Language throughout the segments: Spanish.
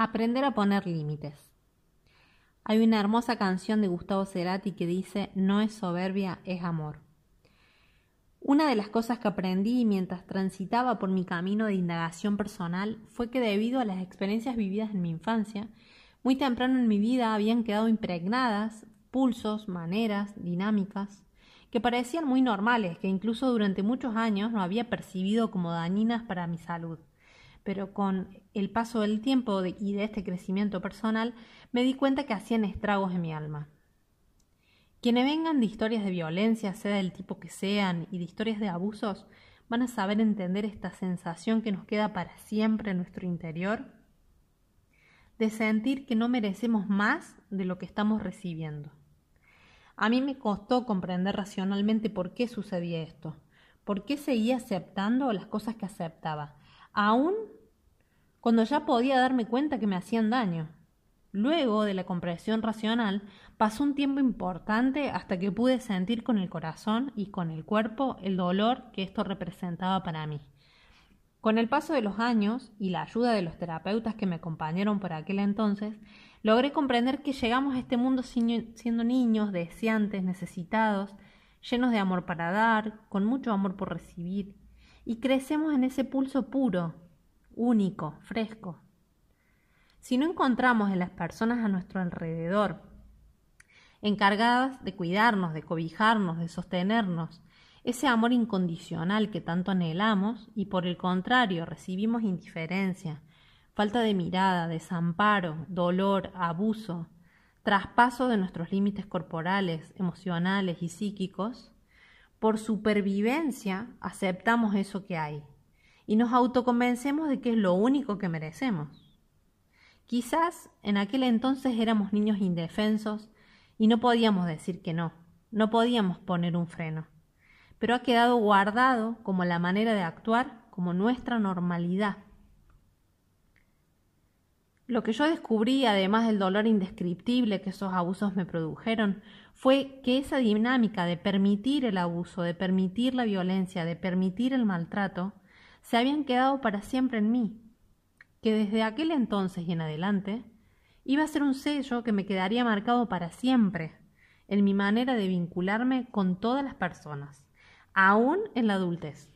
Aprender a poner límites. Hay una hermosa canción de Gustavo Cerati que dice: no es soberbia, es amor. Una de las cosas que aprendí mientras transitaba por mi camino de indagación personal fue que, debido a las experiencias vividas en mi infancia, muy temprano en mi vida habían quedado impregnadas pulsos, maneras, dinámicas que parecían muy normales, que incluso durante muchos años no había percibido como dañinas para mi salud. Pero con el paso del tiempo y de este crecimiento personal, me di cuenta que hacían estragos en mi alma. Quienes vengan de historias de violencia, sea del tipo que sean, y de historias de abusos, van a saber entender esta sensación que nos queda para siempre en nuestro interior, de sentir que no merecemos más de lo que estamos recibiendo. A mí me costó comprender racionalmente por qué sucedía esto, por qué seguía aceptando las cosas que aceptaba, aún cuando ya podía darme cuenta que me hacían daño. Luego de la comprensión racional, pasó un tiempo importante hasta que pude sentir con el corazón y con el cuerpo el dolor que esto representaba para mí. Con el paso de los años y la ayuda de los terapeutas que me acompañaron por aquel entonces, logré comprender que llegamos a este mundo siendo niños, deseantes, necesitados, llenos de amor para dar, con mucho amor por recibir, y crecemos en ese pulso puro, único, fresco. Si no encontramos en las personas a nuestro alrededor encargadas de cuidarnos, de cobijarnos, de sostenernos, ese amor incondicional que tanto anhelamos, y por el contrario recibimos indiferencia, falta de mirada, desamparo, dolor, abuso, traspaso de nuestros límites corporales, emocionales y psíquicos, por supervivencia aceptamos eso que hay y nos autoconvencemos de que es lo único que merecemos. Quizás en aquel entonces éramos niños indefensos y no podíamos decir que no, no podíamos poner un freno, pero ha quedado guardado como la manera de actuar, como nuestra normalidad. Lo que yo descubrí, además del dolor indescriptible que esos abusos me produjeron, fue que esa dinámica de permitir el abuso, de permitir la violencia, de permitir el maltrato, se habían quedado para siempre en mí, que desde aquel entonces y en adelante iba a ser un sello que me quedaría marcado para siempre en mi manera de vincularme con todas las personas, aún en la adultez.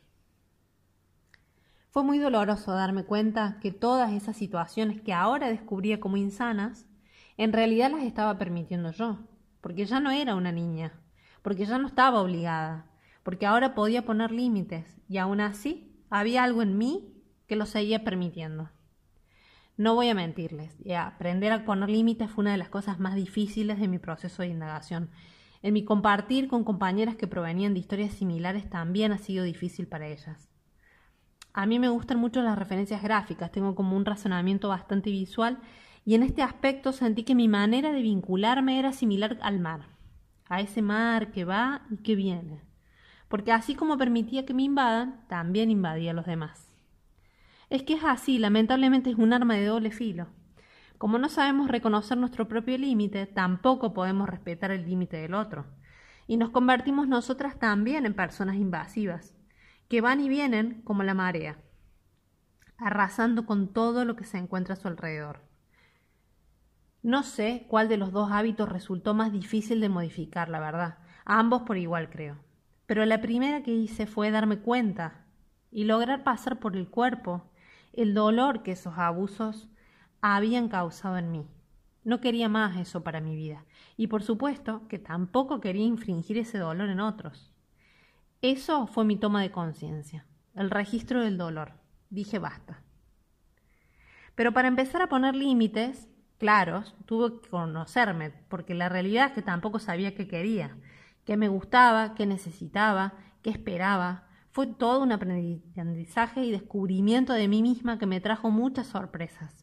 Fue muy doloroso darme cuenta que todas esas situaciones que ahora descubría como insanas, en realidad las estaba permitiendo yo, porque ya no era una niña, porque ya no estaba obligada, porque ahora podía poner límites y aún así había algo en mí que lo seguía permitiendo. No voy a mentirles, aprender a poner límites fue una de las cosas más difíciles de mi proceso de indagación. En mi compartir con compañeras que provenían de historias similares también ha sido difícil para ellas. A mí me gustan mucho las referencias gráficas, tengo como un razonamiento bastante visual y en este aspecto sentí que mi manera de vincularme era similar al mar, a ese mar que va y que viene, porque así como permitía que me invadan, también invadía a los demás. Es que es así, lamentablemente es un arma de doble filo. Como no sabemos reconocer nuestro propio límite, tampoco podemos respetar el límite del otro. Y nos convertimos nosotras también en personas invasivas, que van y vienen como la marea, arrasando con todo lo que se encuentra a su alrededor. No sé cuál de los dos hábitos resultó más difícil de modificar, la verdad. A ambos por igual, creo. Pero la primera que hice fue darme cuenta y lograr pasar por el cuerpo el dolor que esos abusos habían causado en mí. No quería más eso para mi vida y por supuesto que tampoco quería infringir ese dolor en otros. Eso fue mi toma de conciencia, el registro del dolor. Dije basta. Pero para empezar a poner límites claros, tuve que conocerme, porque la realidad es que tampoco sabía qué quería, qué me gustaba, qué necesitaba, qué esperaba. Fue todo un aprendizaje y descubrimiento de mí misma que me trajo muchas sorpresas.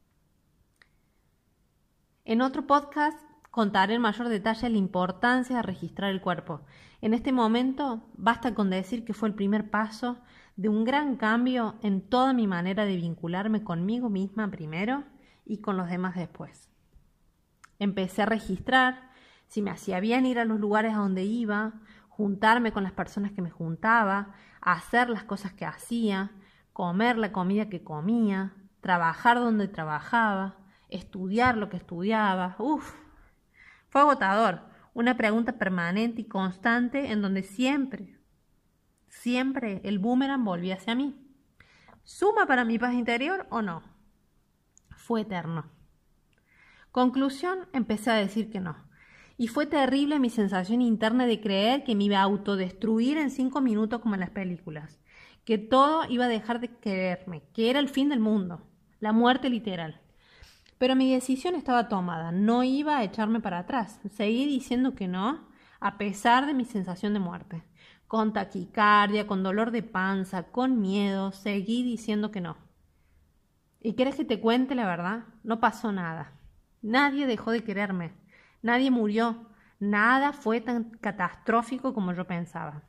En otro podcast contaré en mayor detalle la importancia de registrar el cuerpo. En este momento basta con decir que fue el primer paso de un gran cambio en toda mi manera de vincularme conmigo misma primero y con los demás después. Empecé a registrar si me hacía bien ir a los lugares a donde iba, juntarme con las personas que me juntaba, hacer las cosas que hacía, comer la comida que comía, trabajar donde trabajaba, estudiar lo que estudiaba. Fue agotador, una pregunta permanente y constante en donde siempre el boomerang volvía hacia mí. ¿Suma para mi paz interior o no? Fue eterno. Conclusión, empecé a decir que no. Y fue terrible mi sensación interna de creer que me iba a autodestruir en 5 minutos como en las películas. Que todo iba a dejar de quererme, que era el fin del mundo, la muerte literal. Pero mi decisión estaba tomada, no iba a echarme para atrás. Seguí diciendo que no, a pesar de mi sensación de muerte. Con taquicardia, con dolor de panza, con miedo, seguí diciendo que no. ¿Y quieres que te cuente la verdad? No pasó nada. Nadie dejó de quererme. Nadie murió. Nada fue tan catastrófico como yo pensaba.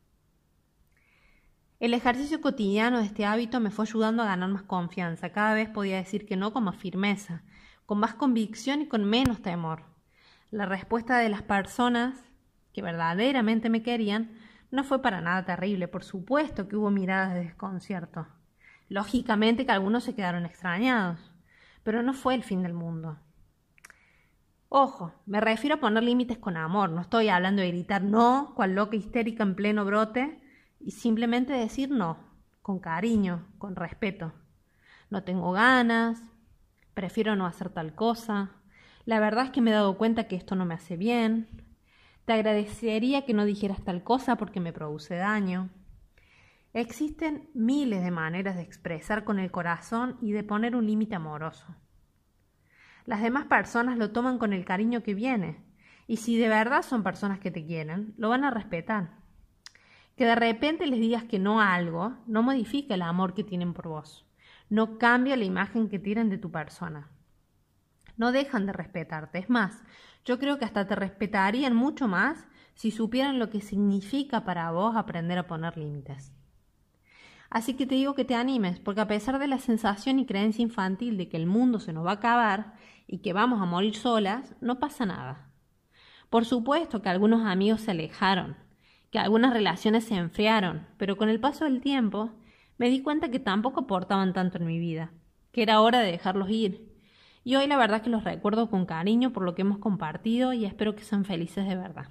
El ejercicio cotidiano de este hábito me fue ayudando a ganar más confianza. Cada vez podía decir que no con más firmeza, con más convicción y con menos temor. La respuesta de las personas que verdaderamente me querían no fue para nada terrible. Por supuesto que hubo miradas de desconcierto. Lógicamente que algunos se quedaron extrañados, pero no fue el fin del mundo. Ojo, me refiero a poner límites con amor. No estoy hablando de gritar no, cual loca histérica en pleno brote, y simplemente decir no, con cariño, con respeto. No tengo ganas, prefiero no hacer tal cosa, la verdad es que me he dado cuenta que esto no me hace bien, te agradecería que no dijeras tal cosa porque me produce daño. Existen miles de maneras de expresar con el corazón y de poner un límite amoroso. Las demás personas lo toman con el cariño que viene, y si de verdad son personas que te quieren, lo van a respetar. Que de repente les digas que no a algo no modifica el amor que tienen por vos. No cambia la imagen que tienen de tu persona. No dejan de respetarte. Es más, yo creo que hasta te respetarían mucho más si supieran lo que significa para vos aprender a poner límites. Así que te digo que te animes, porque a pesar de la sensación y creencia infantil de que el mundo se nos va a acabar y que vamos a morir solas, no pasa nada. Por supuesto que algunos amigos se alejaron, que algunas relaciones se enfriaron, pero con el paso del tiempo me di cuenta que tampoco aportaban tanto en mi vida, que era hora de dejarlos ir. Y hoy la verdad que los recuerdo con cariño por lo que hemos compartido y espero que sean felices de verdad.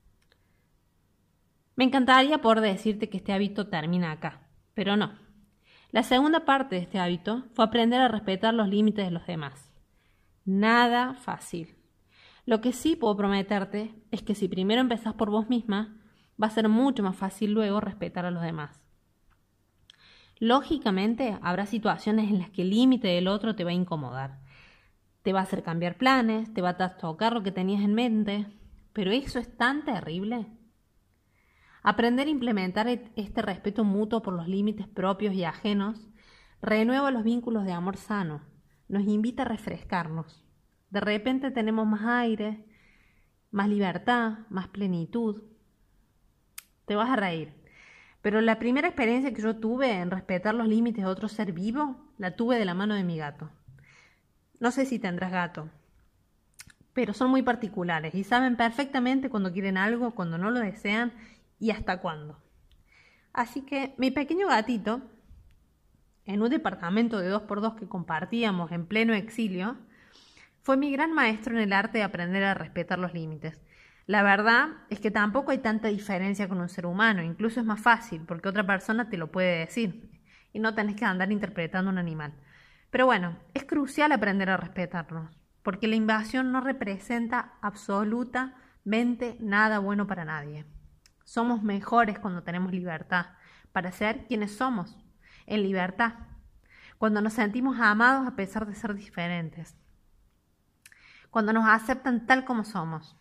Me encantaría poder decirte que este hábito termina acá, pero no. La segunda parte de este hábito fue aprender a respetar los límites de los demás. Nada fácil. Lo que sí puedo prometerte es que si primero empezás por vos misma, va a ser mucho más fácil luego respetar a los demás. Lógicamente, habrá situaciones en las que el límite del otro te va a incomodar. Te va a hacer cambiar planes, te va a trastocar lo que tenías en mente, pero eso es tan terrible. Aprender a implementar este respeto mutuo por los límites propios y ajenos renueva los vínculos de amor sano, nos invita a refrescarnos. De repente tenemos más aire, más libertad, más plenitud. Te vas a reír, pero la primera experiencia que yo tuve en respetar los límites de otro ser vivo, la tuve de la mano de mi gato. No sé si tendrás gato, pero son muy particulares y saben perfectamente cuando quieren algo, cuando no lo desean y hasta cuándo. Así que mi pequeño gatito, en un departamento de 2x2 que compartíamos en pleno exilio, fue mi gran maestro en el arte de aprender a respetar los límites. La verdad es que tampoco hay tanta diferencia con un ser humano, incluso es más fácil porque otra persona te lo puede decir y no tenés que andar interpretando un animal. Pero bueno, es crucial aprender a respetarnos, porque la invasión no representa absolutamente nada bueno para nadie. Somos mejores cuando tenemos libertad, para ser quienes somos, en libertad, cuando nos sentimos amados a pesar de ser diferentes, cuando nos aceptan tal como somos.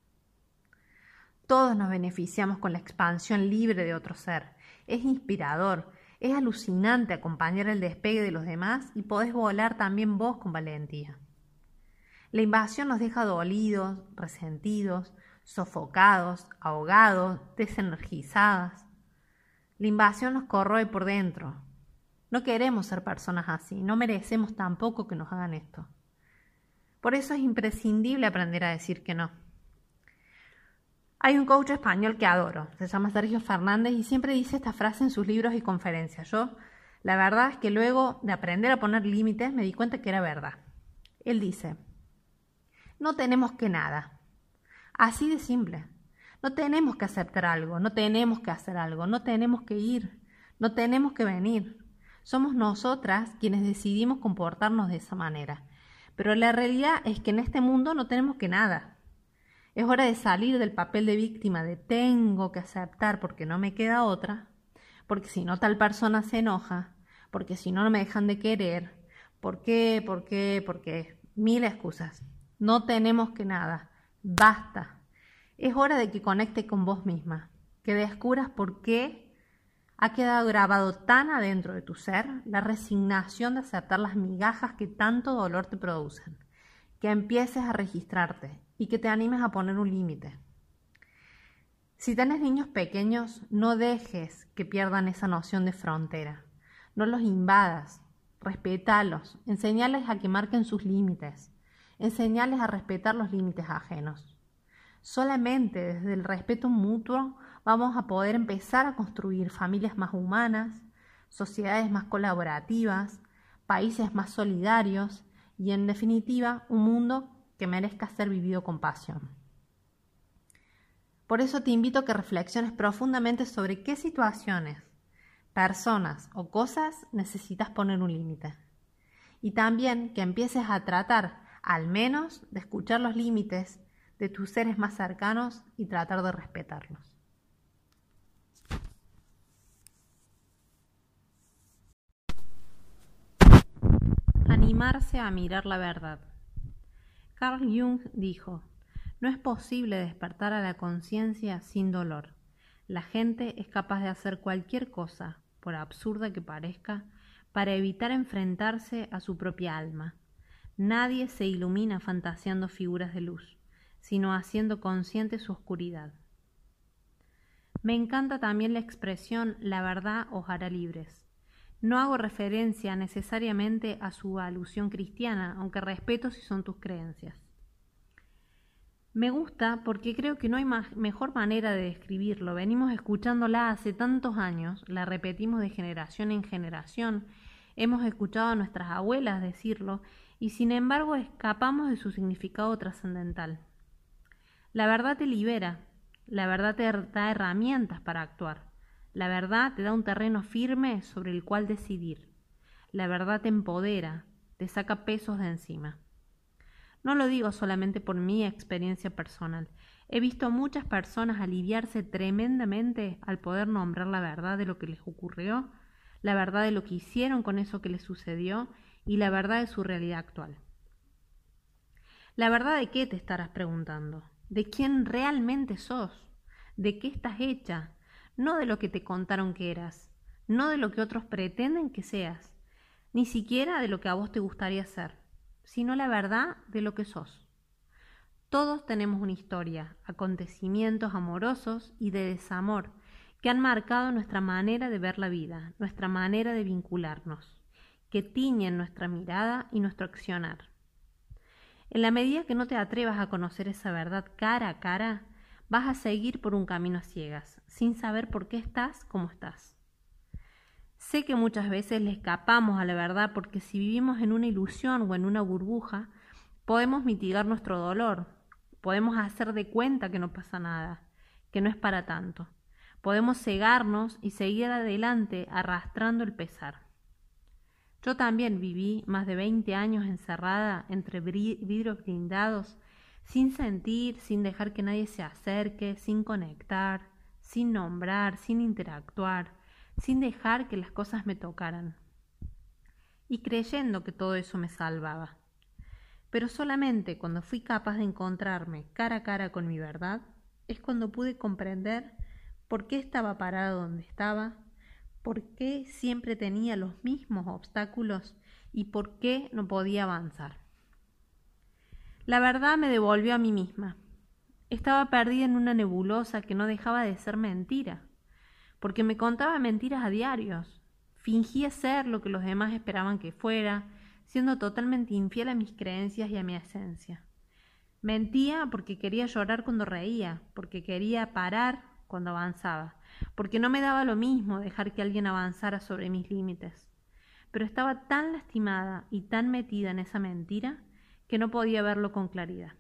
Todos nos beneficiamos con la expansión libre de otro ser. Es inspirador. Es alucinante acompañar el despegue de los demás y podés volar también vos con valentía. La invasión nos deja dolidos, resentidos, sofocados, ahogados, desenergizadas. La invasión nos corroe por dentro. No queremos ser personas así, no merecemos tampoco que nos hagan esto. Por eso es imprescindible aprender a decir que no. Hay un coach español que adoro, se llama Sergio Fernández y siempre dice esta frase en sus libros y conferencias. Yo La verdad es que luego de aprender a poner límites me di cuenta que era verdad. Él dice, no tenemos que nada. Así de simple. No tenemos que aceptar algo, no tenemos que hacer algo, no tenemos que ir, no tenemos que venir. Somos nosotras quienes decidimos comportarnos de esa manera. Pero la realidad es que en este mundo no tenemos que nada. Es hora de salir del papel de víctima, de tengo que aceptar porque no me queda otra, porque si no tal persona se enoja, porque si no no me dejan de querer, ¿por qué? Porque mil excusas. No tenemos que nada. Basta. Es hora de que conectes con vos misma, que descubras por qué ha quedado grabado tan adentro de tu ser la resignación de aceptar las migajas que tanto dolor te producen, que empieces a registrarte y que te animes a poner un límite. Si tenés niños pequeños, no dejes que pierdan esa noción de frontera, no los invadas, respétalos, enseñales a que marquen sus límites, enseñales a respetar los límites ajenos. Solamente desde el respeto mutuo vamos a poder empezar a construir familias más humanas, sociedades más colaborativas, países más solidarios y, en definitiva, un mundo que merezca ser vivido con pasión. Por eso te invito a que reflexiones profundamente sobre qué situaciones, personas o cosas necesitas poner un límite. Y también que empieces a tratar, al menos, de escuchar los límites de tus seres más cercanos y tratar de respetarlos. Animarse a mirar la verdad. Carl Jung dijo, no es posible despertar a la conciencia sin dolor. La gente es capaz de hacer cualquier cosa, por absurda que parezca, para evitar enfrentarse a su propia alma. Nadie se ilumina fantaseando figuras de luz, sino haciendo consciente su oscuridad. Me encanta también la expresión la verdad os hará libres. No hago referencia necesariamente a su alusión cristiana, aunque respeto si son tus creencias. Me gusta porque creo que no hay mejor manera de describirlo. Venimos escuchándola hace tantos años, la repetimos de generación en generación, hemos escuchado a nuestras abuelas decirlo y sin embargo escapamos de su significado trascendental. La verdad te libera, la verdad te da herramientas para actuar, la verdad te da un terreno firme sobre el cual decidir, la verdad te empodera, te saca pesos de encima. No lo digo solamente por mi experiencia personal, he visto a muchas personas aliviarse tremendamente al poder nombrar la verdad de lo que les ocurrió, la verdad de lo que hicieron con eso que les sucedió y la verdad de su realidad actual. ¿La verdad de qué te estarás preguntando? ¿De quién realmente sos? ¿De qué estás hecha? No de lo que te contaron que eras, no de lo que otros pretenden que seas, ni siquiera de lo que a vos te gustaría ser, sino la verdad de lo que sos. Todos tenemos una historia, acontecimientos amorosos y de desamor que han marcado nuestra manera de ver la vida, nuestra manera de vincularnos, que tiñen nuestra mirada y nuestro accionar. En la medida que no te atrevas a conocer esa verdad cara a cara, vas a seguir por un camino a ciegas, sin saber por qué estás como estás. Sé que muchas veces le escapamos a la verdad porque si vivimos en una ilusión o en una burbuja, podemos mitigar nuestro dolor, podemos hacer de cuenta que no pasa nada, que no es para tanto. Podemos cegarnos y seguir adelante arrastrando el pesar. Yo también viví más de 20 años encerrada entre vidrios blindados, sin sentir, sin dejar que nadie se acerque, sin conectar, sin nombrar, sin interactuar, sin dejar que las cosas me tocaran. Y creyendo que todo eso me salvaba. Pero solamente cuando fui capaz de encontrarme cara a cara con mi verdad, es cuando pude comprender por qué estaba parada donde estaba, por qué siempre tenía los mismos obstáculos y por qué no podía avanzar. La verdad me devolvió a mí misma. Estaba perdida en una nebulosa que no dejaba de ser mentira, porque me contaba mentiras a diarios. Fingía ser lo que los demás esperaban que fuera, siendo totalmente infiel a mis creencias y a mi esencia. Mentía porque quería llorar cuando reía, porque quería parar cuando avanzaba, porque no me daba lo mismo dejar que alguien avanzara sobre mis límites, pero estaba tan lastimada y tan metida en esa mentira que no podía verlo con claridad.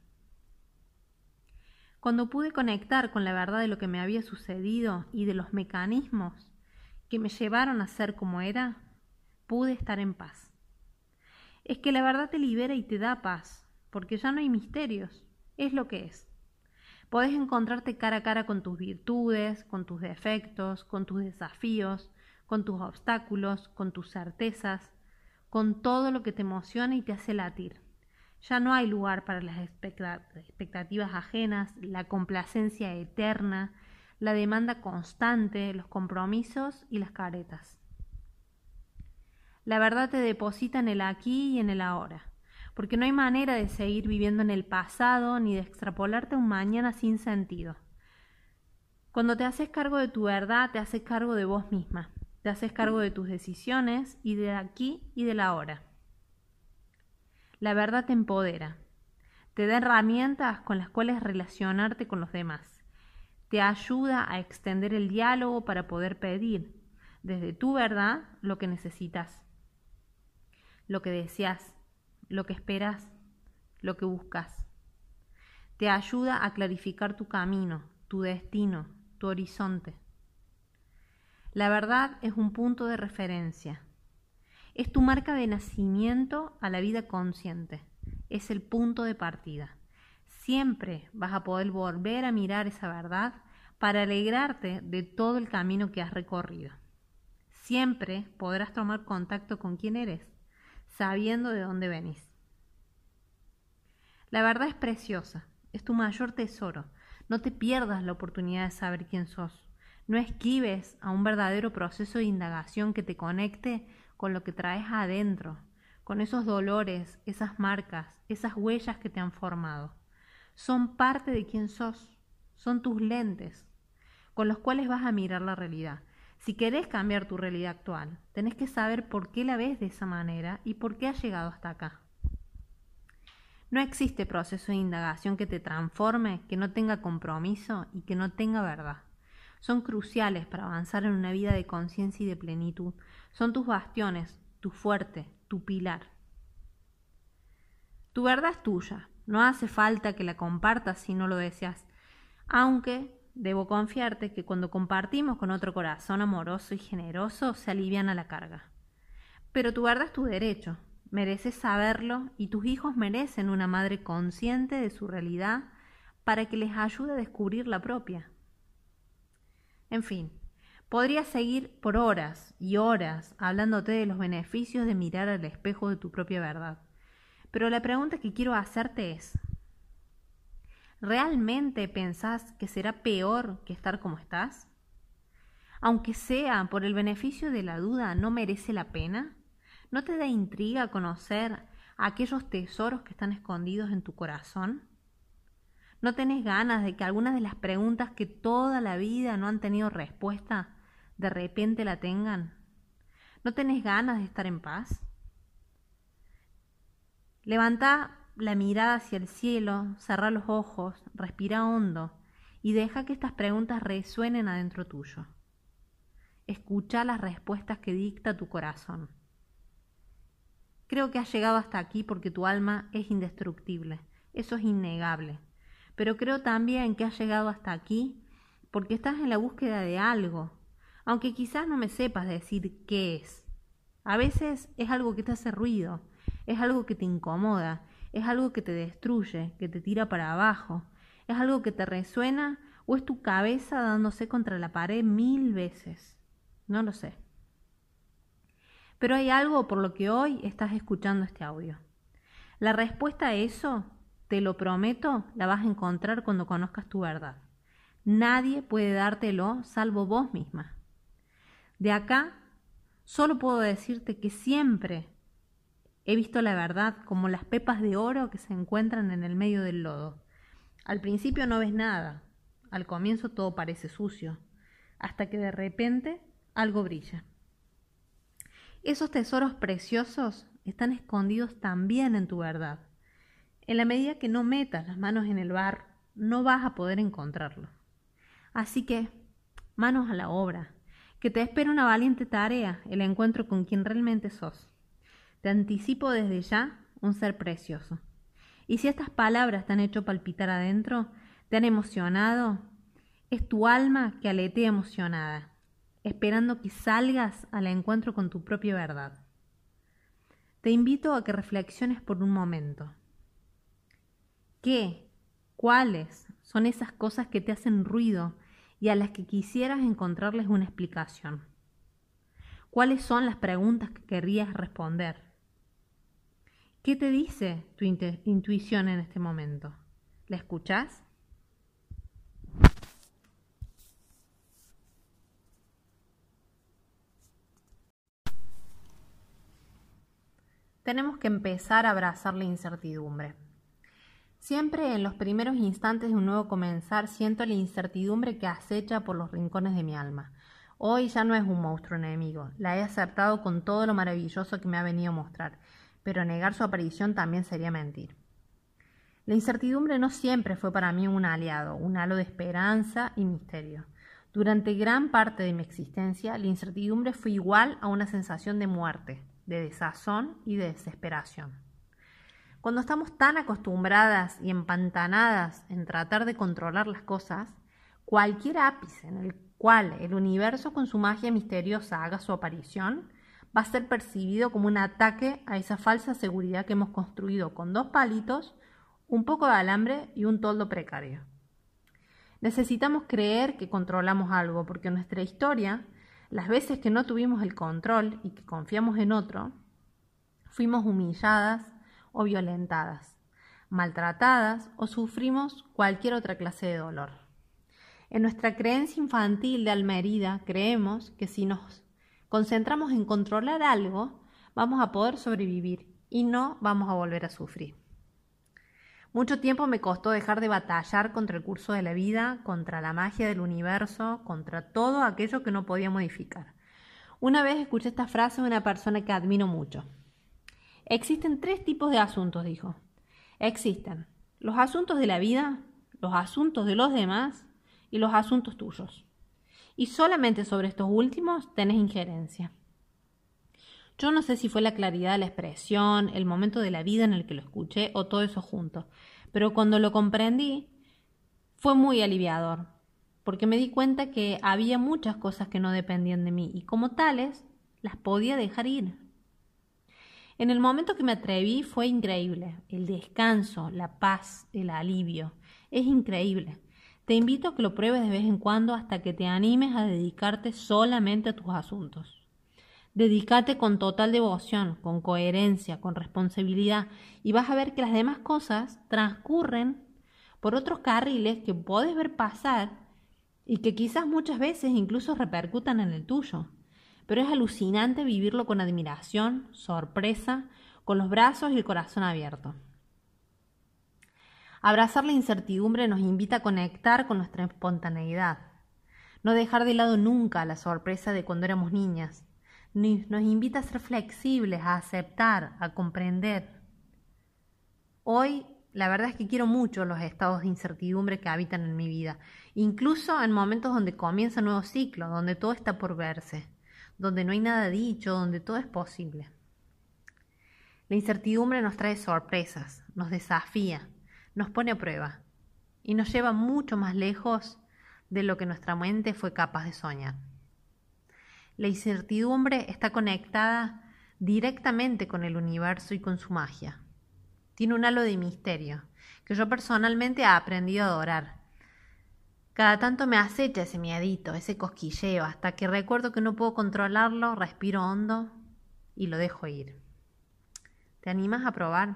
Cuando pude conectar con la verdad de lo que me había sucedido y de los mecanismos que me llevaron a ser como era, pude estar en paz. Es que la verdad te libera y te da paz, porque ya no hay misterios, es lo que es. Podés encontrarte cara a cara con tus virtudes, con tus defectos, con tus desafíos, con tus obstáculos, con tus certezas, con todo lo que te emociona y te hace latir. Ya no hay lugar para las expectativas ajenas, la complacencia eterna, la demanda constante, los compromisos y las caretas. La verdad te deposita en el aquí y en el ahora, porque no hay manera de seguir viviendo en el pasado ni de extrapolarte a un mañana sin sentido. Cuando te haces cargo de tu verdad, te haces cargo de vos misma, te haces cargo de tus decisiones y de aquí y del ahora. La verdad te empodera, te da herramientas con las cuales relacionarte con los demás, te ayuda a extender el diálogo para poder pedir, desde tu verdad, lo que necesitas, lo que deseas, lo que esperas, lo que buscas. Te ayuda a clarificar tu camino, tu destino, tu horizonte. La verdad es un punto de referencia. Es tu marca de nacimiento a la vida consciente. Es el punto de partida. Siempre vas a poder volver a mirar esa verdad para alegrarte de todo el camino que has recorrido. Siempre podrás tomar contacto con quién eres, sabiendo de dónde venís. La verdad es preciosa, es tu mayor tesoro. No te pierdas la oportunidad de saber quién sos. No esquives a un verdadero proceso de indagación que te conecte con lo que traes adentro, con esos dolores, esas marcas, esas huellas que te han formado. Son parte de quién sos, son tus lentes, con los cuales vas a mirar la realidad. Si querés cambiar tu realidad actual, tenés que saber por qué la ves de esa manera y por qué has llegado hasta acá. No existe proceso de indagación que te transforme, que no tenga compromiso y que no tenga verdad. Son cruciales para avanzar en una vida de conciencia y de plenitud. Son tus bastiones, tu fuerte, tu pilar. Tu verdad es tuya. No hace falta que la compartas si no lo deseas. Aunque debo confiarte que cuando compartimos con otro corazón amoroso y generoso, se aliviana la carga. Pero tu verdad es tu derecho. Mereces saberlo y tus hijos merecen una madre consciente de su realidad para que les ayude a descubrir la propia. En fin, podría seguir por horas y horas hablándote de los beneficios de mirar al espejo de tu propia verdad. Pero la pregunta que quiero hacerte es, ¿realmente pensás que será peor que estar como estás? Aunque sea por el beneficio de la duda, ¿no merece la pena? ¿No te da intriga conocer aquellos tesoros que están escondidos en tu corazón? ¿No tenés ganas de que algunas de las preguntas que toda la vida no han tenido respuesta, de repente la tengan? ¿No tenés ganas de estar en paz? Levantá la mirada hacia el cielo, cerrá los ojos, respira hondo y deja que estas preguntas resuenen adentro tuyo. Escucha las respuestas que dicta tu corazón. Creo que has llegado hasta aquí porque tu alma es indestructible, eso es innegable. Pero creo también que has llegado hasta aquí porque estás en la búsqueda de algo, aunque quizás no me sepas decir qué es. A veces es algo que te hace ruido, es algo que te incomoda, es algo que te destruye, que te tira para abajo, es algo que te resuena o es tu cabeza dándose contra la pared 1000 veces. No lo sé. Pero hay algo por lo que hoy estás escuchando este audio. La respuesta a eso, te lo prometo, la vas a encontrar cuando conozcas tu verdad. Nadie puede dártelo salvo vos misma. De acá, solo puedo decirte que siempre he visto la verdad como las pepas de oro que se encuentran en el medio del lodo. Al principio no ves nada, al comienzo todo parece sucio, hasta que de repente algo brilla. Esos tesoros preciosos están escondidos también en tu verdad. En la medida que no metas las manos en el barro, no vas a poder encontrarlos. Así que, manos a la obra, que te espera una valiente tarea, el encuentro con quien realmente sos. Te anticipo desde ya un ser precioso. Y si estas palabras te han hecho palpitar adentro, te han emocionado, es tu alma que aletea emocionada, esperando que salgas al encuentro con tu propia verdad. Te invito a que reflexiones por un momento. ¿Cuáles son esas cosas que te hacen ruido y a las que quisieras encontrarles una explicación? ¿Cuáles son las preguntas que querrías responder? ¿Qué te dice tu intuición en este momento? ¿La escuchás? Tenemos que empezar a abrazar la incertidumbre. Siempre en los primeros instantes de un nuevo comenzar siento la incertidumbre que acecha por los rincones de mi alma. Hoy ya no es un monstruo enemigo, la he aceptado con todo lo maravilloso que me ha venido a mostrar, pero negar su aparición también sería mentir. La incertidumbre no siempre fue para mí un aliado, un halo de esperanza y misterio. Durante gran parte de mi existencia, la incertidumbre fue igual a una sensación de muerte, de desazón y de desesperación. Cuando estamos tan acostumbradas y empantanadas en tratar de controlar las cosas, cualquier ápice en el cual el universo con su magia misteriosa haga su aparición, va a ser percibido como un ataque a esa falsa seguridad que hemos construido con 2 palitos, un poco de alambre y un toldo precario. Necesitamos creer que controlamos algo, porque en nuestra historia, las veces que no tuvimos el control y que confiamos en otro, fuimos humilladas o violentadas, maltratadas o sufrimos cualquier otra clase de dolor. En nuestra creencia infantil de alma herida, creemos que si nos concentramos en controlar algo, vamos a poder sobrevivir y no vamos a volver a sufrir. Mucho tiempo me costó dejar de batallar contra el curso de la vida, contra la magia del universo, contra todo aquello que no podía modificar. Una vez escuché esta frase de una persona que admiro mucho. Existen 3 tipos de asuntos, dijo. Existen los asuntos de la vida, los asuntos de los demás y los asuntos tuyos. Y solamente sobre estos últimos tenés injerencia. Yo no sé si fue la claridad de la expresión, el momento de la vida en el que lo escuché o todo eso junto, pero cuando lo comprendí fue muy aliviador, porque me di cuenta que había muchas cosas que no dependían de mí y como tales las podía dejar ir. En el momento que me atreví fue increíble, el descanso, la paz, el alivio, es increíble. Te invito a que lo pruebes de vez en cuando hasta que te animes a dedicarte solamente a tus asuntos. Dedícate con total devoción, con coherencia, con responsabilidad y vas a ver que las demás cosas transcurren por otros carriles que podés ver pasar y que quizás muchas veces incluso repercutan en el tuyo. Pero es alucinante vivirlo con admiración, sorpresa, con los brazos y el corazón abierto. Abrazar la incertidumbre nos invita a conectar con nuestra espontaneidad, no dejar de lado nunca la sorpresa de cuando éramos niñas. Nos invita a ser flexibles, a aceptar, a comprender. Hoy, la verdad es que quiero mucho los estados de incertidumbre que habitan en mi vida, incluso en momentos donde comienza un nuevo ciclo, donde todo está por verse, donde no hay nada dicho, donde todo es posible. La incertidumbre nos trae sorpresas, nos desafía, nos pone a prueba y nos lleva mucho más lejos de lo que nuestra mente fue capaz de soñar. La incertidumbre está conectada directamente con el universo y con su magia. Tiene un halo de misterio que yo personalmente he aprendido a adorar. Cada tanto me acecha ese miedito, ese cosquilleo, hasta que recuerdo que no puedo controlarlo, respiro hondo y lo dejo ir. ¿Te animas a probar?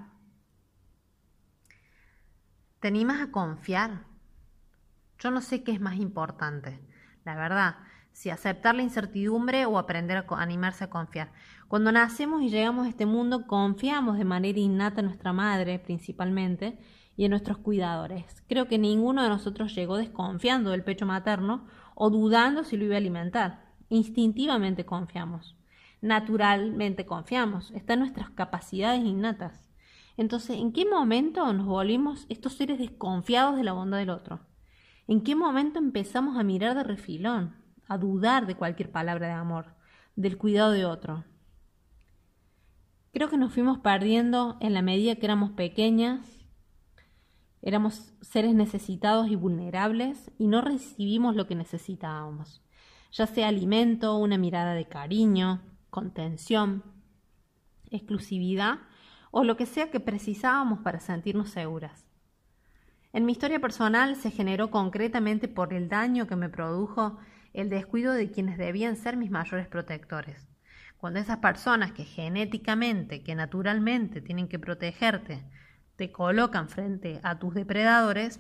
¿Te animas a confiar? Yo no sé qué es más importante, la verdad, si aceptar la incertidumbre o aprender a animarse a confiar. Cuando nacemos y llegamos a este mundo, confiamos de manera innata en nuestra madre, principalmente, y en nuestros cuidadores. Creo que ninguno de nosotros llegó desconfiando del pecho materno o dudando si lo iba a alimentar. Instintivamente confiamos, naturalmente confiamos, está en nuestras capacidades innatas. Entonces, ¿en qué momento nos volvimos estos seres desconfiados de la bondad del otro? ¿En qué momento empezamos a mirar de refilón, a dudar de cualquier palabra de amor, del cuidado de otro. Creo que nos fuimos perdiendo en la medida que éramos pequeñas, éramos seres necesitados y vulnerables y no recibimos lo que necesitábamos, ya sea alimento, una mirada de cariño, contención, exclusividad o lo que sea que precisábamos para sentirnos seguras. En mi historia personal se generó concretamente por el daño que me produjo el descuido de quienes debían ser mis mayores protectores. Cuando esas personas que genéticamente, que naturalmente tienen que protegerte, te colocan frente a tus depredadores,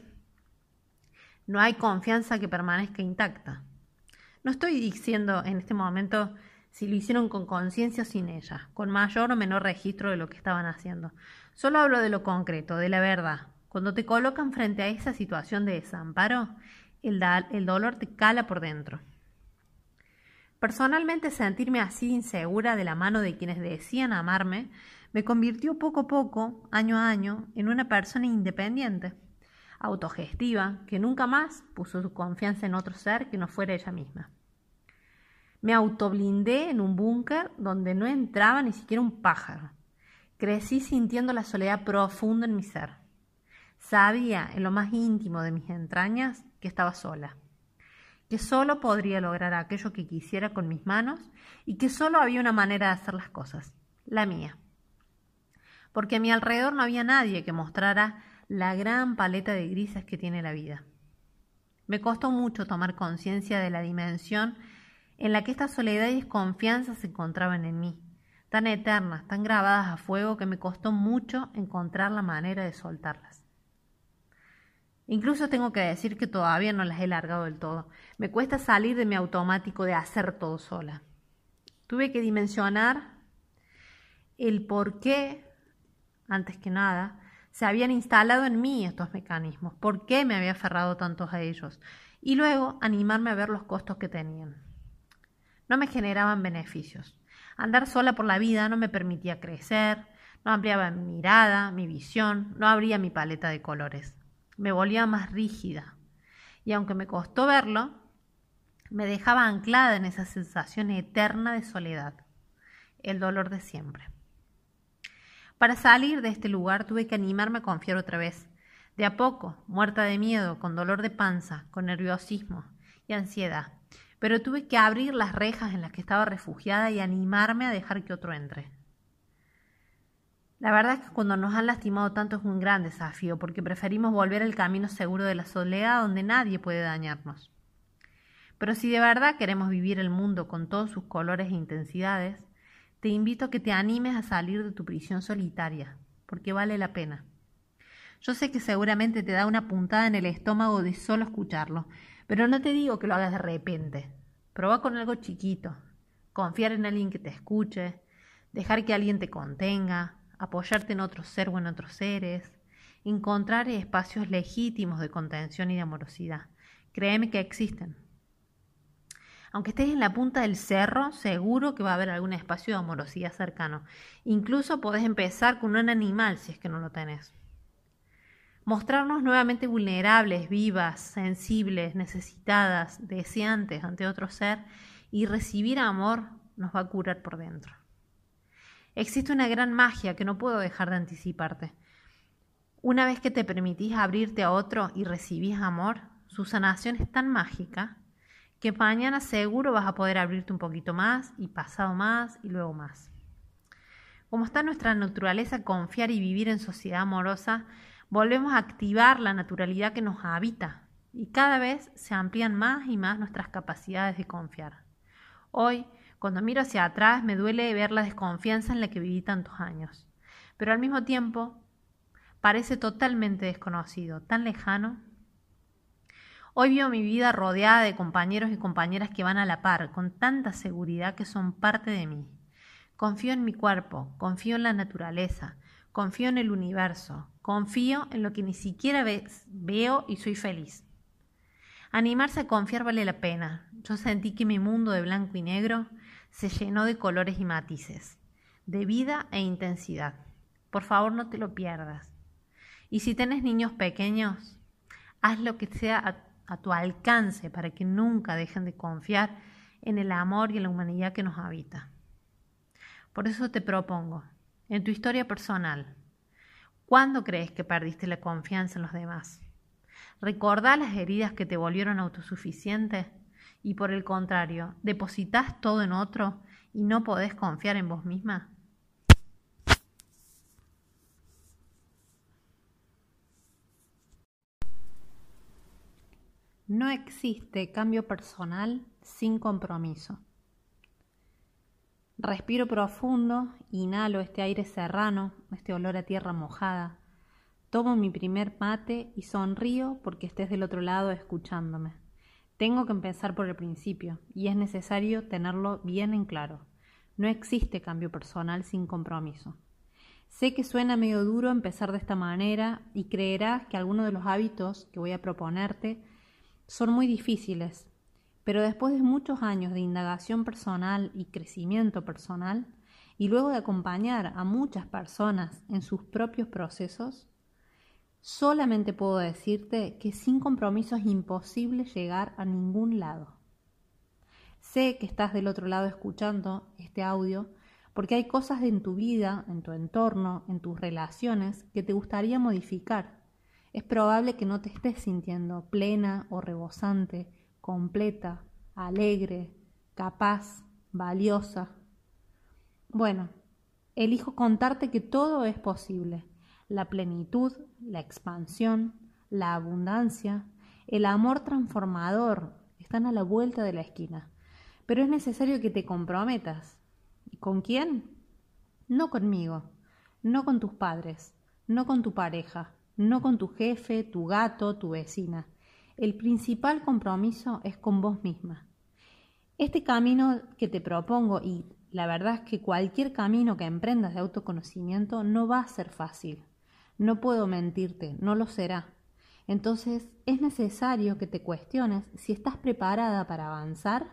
no hay confianza que permanezca intacta. No estoy diciendo en este momento si lo hicieron con conciencia o sin ella, con mayor o menor registro de lo que estaban haciendo. Solo hablo de lo concreto, de la verdad. Cuando te colocan frente a esa situación de desamparo, el dolor te cala por dentro. Personalmente, sentirme así insegura de la mano de quienes decían amarme me convirtió poco a poco, año a año, en una persona independiente, autogestiva, que nunca más puso su confianza en otro ser que no fuera ella misma. Me autoblindé en un búnker donde no entraba ni siquiera un pájaro. Crecí sintiendo la soledad profunda en mi ser. Sabía en lo más íntimo de mis entrañas que estaba sola, que solo podría lograr aquello que quisiera con mis manos y que solo había una manera de hacer las cosas, la mía. Porque a mi alrededor no había nadie que mostrara la gran paleta de grises que tiene la vida. Me costó mucho tomar conciencia de la dimensión en la que esta soledad y desconfianza se encontraban en mí, tan eternas, tan grabadas a fuego que me costó mucho encontrar la manera de soltarlas. Incluso tengo que decir que todavía no las he largado del todo. Me cuesta salir de mi automático de hacer todo sola. Tuve que dimensionar el por qué, antes que nada, se habían instalado en mí estos mecanismos, por qué me había aferrado tantos a ellos, y luego animarme a ver los costos que tenían. No me generaban beneficios. Andar sola por la vida no me permitía crecer, no ampliaba mi mirada, mi visión, no abría mi paleta de colores. Me volvía más rígida. Y aunque me costó verlo, me dejaba anclada en esa sensación eterna de soledad, el dolor de siempre. Para salir de este lugar tuve que animarme a confiar otra vez, de a poco, muerta de miedo, con dolor de panza, con nerviosismo y ansiedad. Pero tuve que abrir las rejas en las que estaba refugiada y animarme a dejar que otro entre. La verdad es que cuando nos han lastimado tanto es un gran desafío, porque preferimos volver al camino seguro de la soledad donde nadie puede dañarnos. Pero si de verdad queremos vivir el mundo con todos sus colores e intensidades, te invito a que te animes a salir de tu prisión solitaria, porque vale la pena. Yo sé que seguramente te da una puntada en el estómago de solo escucharlo, pero no te digo que lo hagas de repente. Probá con algo chiquito, confiar en alguien que te escuche, dejar que alguien te contenga, apoyarte en otro ser o en otros seres, encontrar espacios legítimos de contención y de amorosidad. Créeme que existen. Aunque estés en la punta del cerro, seguro que va a haber algún espacio de amorosidad cercano. Incluso podés empezar con un animal si es que no lo tenés. Mostrarnos nuevamente vulnerables, vivas, sensibles, necesitadas, deseantes ante otro ser y recibir amor nos va a curar por dentro. Existe una gran magia que no puedo dejar de anticiparte. Una vez que te permitís abrirte a otro y recibís amor, su sanación es tan mágica que mañana seguro vas a poder abrirte un poquito más y pasado más y luego más. Como está en nuestra naturaleza confiar y vivir en sociedad amorosa, volvemos a activar la naturalidad que nos habita y cada vez se amplían más y más nuestras capacidades de confiar. Hoy, cuando miro hacia atrás, me duele ver la desconfianza en la que viví tantos años, pero al mismo tiempo parece totalmente desconocido, tan lejano. Hoy vivo mi vida rodeada de compañeros y compañeras que van a la par, con tanta seguridad que son parte de mí. Confío en mi cuerpo, confío en la naturaleza, confío en el universo, confío en lo que ni siquiera veo y soy feliz. Animarse a confiar vale la pena. Yo sentí que mi mundo de blanco y negro se llenó de colores y matices, de vida e intensidad. Por favor, no te lo pierdas. Y si tenés niños pequeños, haz lo que sea a tu alcance para que nunca dejen de confiar en el amor y en la humanidad que nos habita. Por eso te propongo, en tu historia personal, ¿cuándo crees que perdiste la confianza en los demás? ¿Recordás las heridas que te volvieron autosuficiente? Y por el contrario, ¿depositas todo en otro y no podés confiar en vos misma? No existe cambio personal sin compromiso. Respiro profundo, inhalo este aire serrano, este olor a tierra mojada. Tomo mi primer mate y sonrío porque estés del otro lado escuchándome. Tengo que empezar por el principio y es necesario tenerlo bien en claro. No existe cambio personal sin compromiso. Sé que suena medio duro empezar de esta manera y creerás que algunos de los hábitos que voy a proponerte son muy difíciles, pero después de muchos años de indagación personal y crecimiento personal, y luego de acompañar a muchas personas en sus propios procesos, solamente puedo decirte que sin compromiso es imposible llegar a ningún lado. Sé que estás del otro lado escuchando este audio porque hay cosas en tu vida, en tu entorno, en tus relaciones que te gustaría modificar. Es probable que no te estés sintiendo plena o rebosante, completa, alegre, capaz, valiosa. Bueno, elijo contarte que todo es posible. La plenitud, la expansión, la abundancia, el amor transformador están a la vuelta de la esquina. Pero es necesario que te comprometas. ¿Y con quién? No conmigo, no con tus padres, no con tu pareja, no con tu jefe, tu gato, tu vecina. El principal compromiso es con vos misma. Este camino que te propongo, y la verdad es que cualquier camino que emprendas de autoconocimiento no va a ser fácil. No puedo mentirte, no lo será. Entonces es necesario que te cuestiones si estás preparada para avanzar,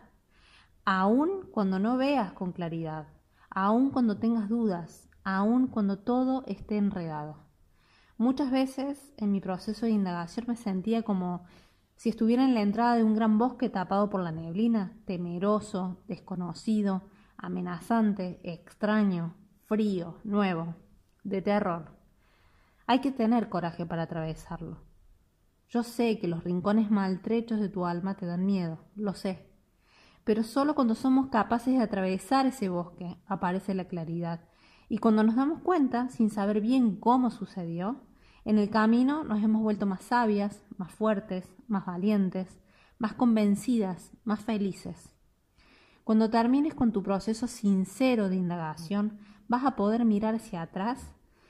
aun cuando no veas con claridad, aun cuando tengas dudas, aun cuando todo esté enredado. Muchas veces en mi proceso de indagación me sentía como si estuviera en la entrada de un gran bosque tapado por la neblina, temeroso, desconocido, amenazante, extraño, frío, nuevo, de terror. Hay que tener coraje para atravesarlo. Yo sé que los rincones maltrechos de tu alma te dan miedo, lo sé. Pero solo cuando somos capaces de atravesar ese bosque aparece la claridad. Y cuando nos damos cuenta, sin saber bien cómo sucedió, en el camino nos hemos vuelto más sabias, más fuertes, más valientes, más convencidas, más felices. Cuando termines con tu proceso sincero de indagación, vas a poder mirar hacia atrás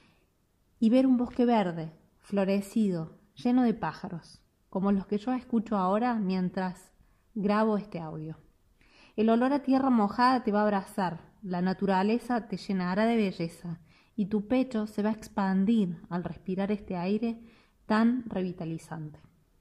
y ver un bosque verde, florecido, lleno de pájaros, como los que yo escucho ahora mientras grabo este audio. El olor a tierra mojada te va a abrazar, la naturaleza te llenará de belleza y tu pecho se va a expandir al respirar este aire tan revitalizante.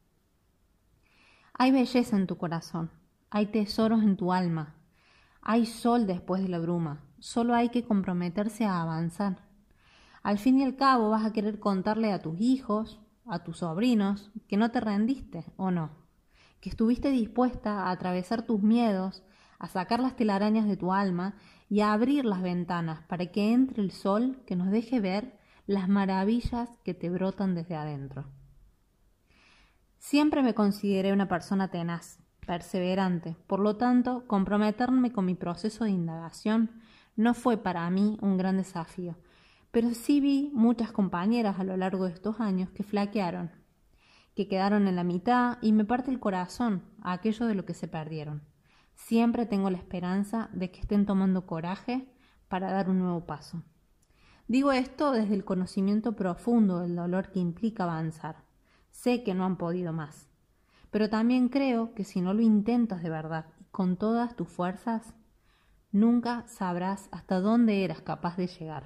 Hay belleza en tu corazón, hay tesoros en tu alma, hay sol después de la bruma, solo hay que comprometerse a avanzar. Al fin y al cabo vas a querer contarle a tus hijos, a tus sobrinos, que no te rendiste o no, que estuviste dispuesta a atravesar tus miedos, a sacar las telarañas de tu alma y a abrir las ventanas para que entre el sol que nos deje ver las maravillas que te brotan desde adentro. Siempre me consideré una persona tenaz, perseverante, por lo tanto, comprometerme con mi proceso de indagación no fue para mí un gran desafío, pero sí vi muchas compañeras a lo largo de estos años que flaquearon, que quedaron en la mitad y me parte el corazón a aquello de lo que se perdieron. Siempre tengo la esperanza de que estén tomando coraje para dar un nuevo paso. Digo esto desde el conocimiento profundo del dolor que implica avanzar. Sé que no han podido más, pero también creo que si no lo intentas de verdad y con todas tus fuerzas, nunca sabrás hasta dónde eras capaz de llegar.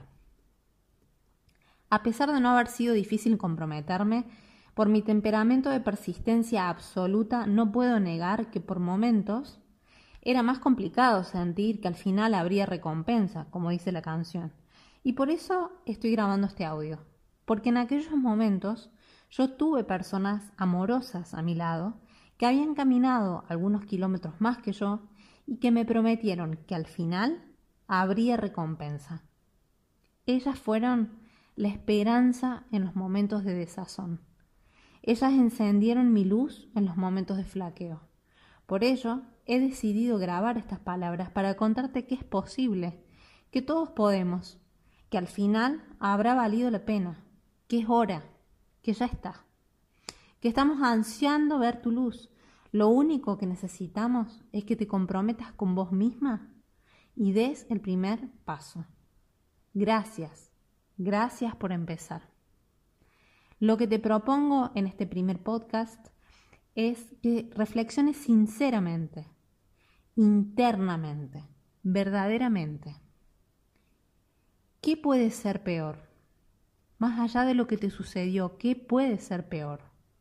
A pesar de no haber sido difícil comprometerme, por mi temperamento de persistencia absoluta no puedo negar que por momentos era más complicado sentir que al final habría recompensa, como dice la canción. Y por eso estoy grabando este audio, porque en aquellos momentos yo tuve personas amorosas a mi lado que habían caminado algunos kilómetros más que yo y que me prometieron que al final habría recompensa. Ellas fueron la esperanza en los momentos de desazón. Ellas encendieron mi luz en los momentos de flaqueo. Por ello, he decidido grabar estas palabras para contarte que es posible, que todos podemos, que al final habrá valido la pena, que es hora, que ya está, que estamos ansiando ver tu luz. Lo único que necesitamos es que te comprometas con vos misma y des el primer paso. Gracias, gracias por empezar. Lo que te propongo en este primer podcast es que reflexiones sinceramente, internamente, verdaderamente. ¿Qué puede ser peor? Más allá de lo que te sucedió, ¿qué puede ser peor?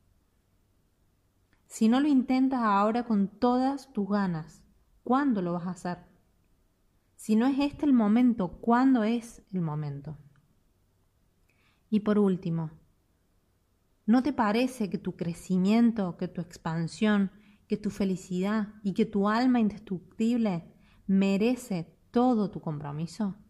Si no lo intentas ahora con todas tus ganas, ¿cuándo lo vas a hacer? Si no es este el momento, ¿cuándo es el momento? Y por último, ¿no te parece que tu crecimiento, que tu expansión, que tu felicidad y que tu alma indestructible merece todo tu compromiso?